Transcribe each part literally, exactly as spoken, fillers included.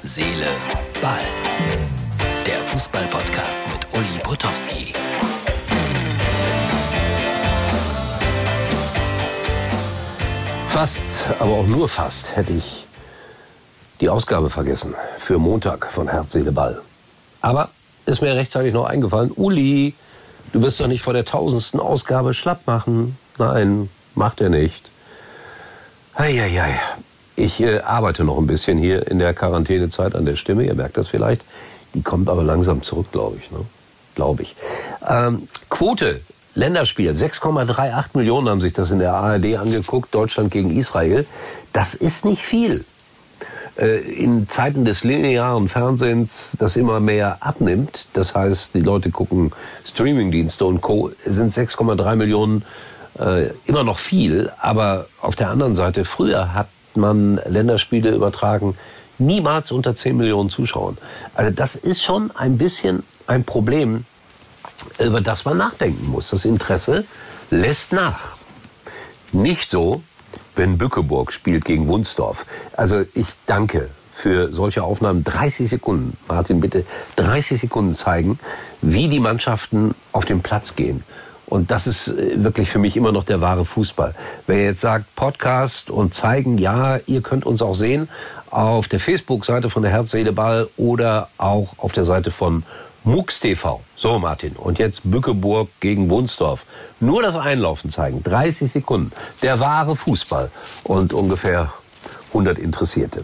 Seele, Ball. Der Fußball-Podcast mit Uli Potowski. Fast, aber auch nur fast, hätte ich die Ausgabe vergessen für Montag von Herz, Seele, Ball. Aber ist mir rechtzeitig noch eingefallen, Uli, du wirst doch nicht vor der tausendsten Ausgabe schlapp machen. Nein, macht er nicht. Eieiei. Ich äh, arbeite noch ein bisschen hier in der Quarantänezeit an der Stimme, ihr merkt das vielleicht. Die kommt aber langsam zurück, glaube ich. Ne? Glaube ich. Ähm, Quote, Länderspiel, sechs Komma achtunddreißig Millionen haben sich das in der A R D angeguckt, Deutschland gegen Israel. Das ist nicht viel. Äh, in Zeiten des linearen Fernsehens, das immer mehr abnimmt, das heißt, die Leute gucken Streamingdienste und Co., sind sechs Komma drei Millionen äh, immer noch viel. Aber auf der anderen Seite, früher hat man Länderspiele übertragen, niemals unter zehn Millionen Zuschauern. Also das ist schon ein bisschen ein Problem, über das man nachdenken muss. Das Interesse lässt nach. Nicht so, wenn Bückeburg spielt gegen Wunsdorf. Also ich danke für solche Aufnahmen. dreißig Sekunden, Martin, bitte dreißig Sekunden zeigen, wie die Mannschaften auf den Platz gehen. Und das ist wirklich für mich immer noch der wahre Fußball. Wer jetzt sagt, Podcast und zeigen, ja, ihr könnt uns auch sehen auf der Facebook-Seite von der Herz, Seele, Ball oder auch auf der Seite von MUX T V. So, Martin. Und jetzt Bückeburg gegen Wunsdorf. Nur das Einlaufen zeigen. dreißig Sekunden. Der wahre Fußball. Und ungefähr hundert Interessierte.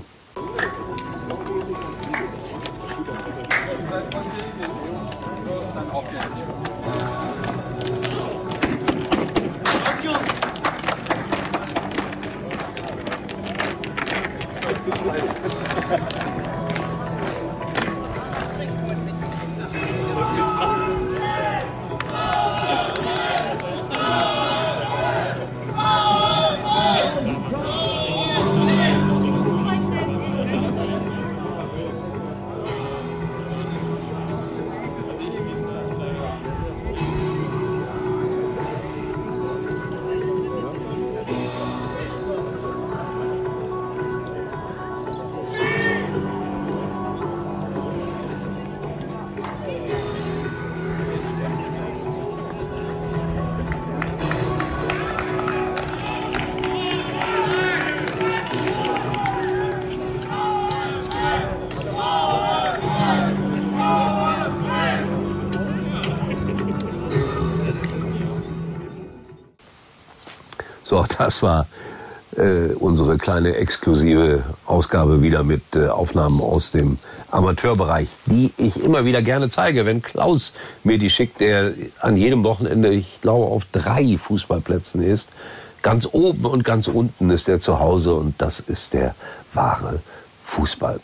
So, das war äh, unsere kleine exklusive Ausgabe wieder mit äh, Aufnahmen aus dem Amateurbereich, die ich immer wieder gerne zeige. Wenn Klaus mir die schickt, der an jedem Wochenende, ich glaube, auf drei Fußballplätzen ist. Ganz oben und ganz unten ist er zu Hause und das ist der wahre Fußball.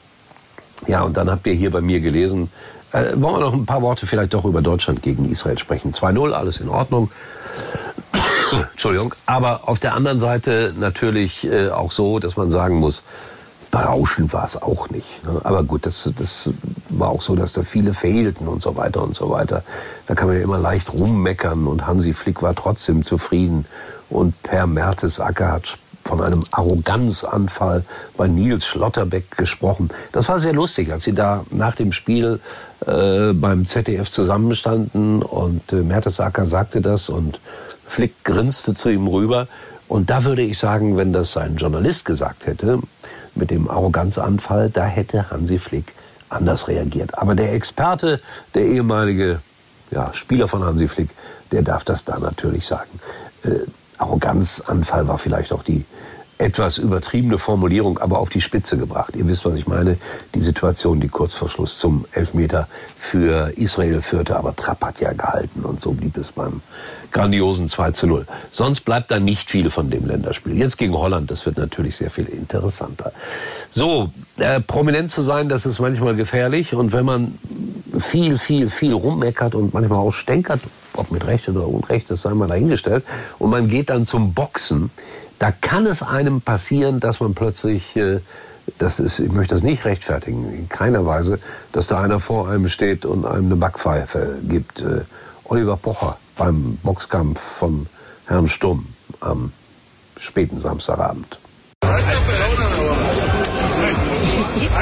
Ja, und dann habt ihr hier bei mir gelesen, äh, wollen wir noch ein paar Worte vielleicht doch über Deutschland gegen Israel sprechen. zwei null, alles in Ordnung. Entschuldigung, aber auf der anderen Seite natürlich äh, auch so, dass man sagen muss, berauschend war es auch nicht. Ne? Aber gut, das, das war auch so, dass da viele fehlten und so weiter und so weiter. Da kann man ja immer leicht rummeckern und Hansi Flick war trotzdem zufrieden. Und Per Mertesacker hat von einem Arroganzanfall bei Nils Schlotterbeck gesprochen. Das war sehr lustig, als sie da nach dem Spiel äh, beim Z D F zusammenstanden und äh, Mertesacker sagte das und Flick grinste zu ihm rüber. Und da würde ich sagen, wenn das ein Journalist gesagt hätte, mit dem Arroganzanfall, da hätte Hansi Flick anders reagiert. Aber der Experte, der ehemalige ja, Spieler von Hansi Flick, der darf das da natürlich sagen. Äh, Arroganzanfall war vielleicht auch die etwas übertriebene Formulierung, aber auf die Spitze gebracht. Ihr wisst, was ich meine. Die Situation, die kurz vor Schluss zum Elfmeter für Israel führte, aber Trapp hat ja gehalten und so blieb es beim grandiosen zwei zu null. Sonst bleibt da nicht viel von dem Länderspiel. Jetzt gegen Holland, das wird natürlich sehr viel interessanter. So, äh, prominent zu sein, das ist manchmal gefährlich und wenn man viel, viel, viel rummeckert und manchmal auch stänkert, ob mit Recht oder Unrecht, das sei mal dahingestellt, und man geht dann zum Boxen, da kann es einem passieren, dass man plötzlich, äh, das ist, ich möchte das nicht rechtfertigen, in keiner Weise, dass da einer vor einem steht und einem eine Backpfeife gibt. Äh, Oliver Pocher beim Boxkampf von Herrn Sturm am späten Samstagabend. Alter!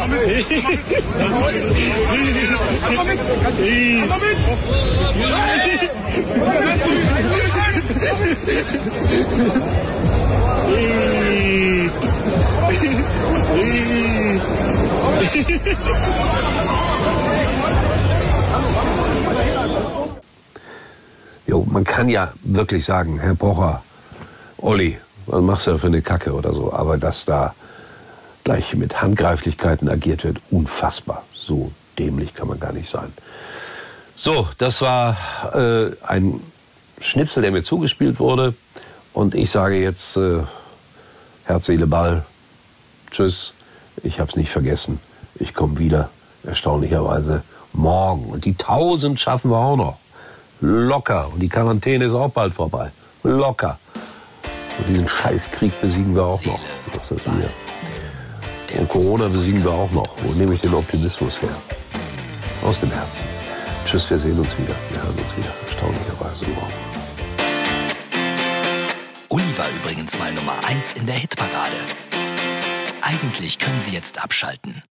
Jo, man kann ja wirklich sagen, Herr Pocher, Olli, was machst du da für eine Kacke oder so, aber dass da gleich mit Handgreiflichkeiten agiert wird, unfassbar. So dämlich kann man gar nicht sein. So, das war äh, ein Schnipsel, der mir zugespielt wurde. Und ich sage jetzt äh, Herz, Seele, Ball. Tschüss, ich hab's nicht vergessen. Ich komme wieder, erstaunlicherweise, morgen. Und die tausend schaffen wir auch noch. Locker. Und die Quarantäne ist auch bald vorbei. Locker. Und diesen Scheißkrieg besiegen wir auch noch. Was ist das mir? Und Corona besiegen wir auch noch. Wo nehme ich den Optimismus her? Aus dem Herzen. Tschüss, wir sehen uns wieder. Wir hören uns wieder. Erstaunlicherweise morgen. Uli war übrigens mal Nummer eins in der Hitparade. Eigentlich können Sie jetzt abschalten.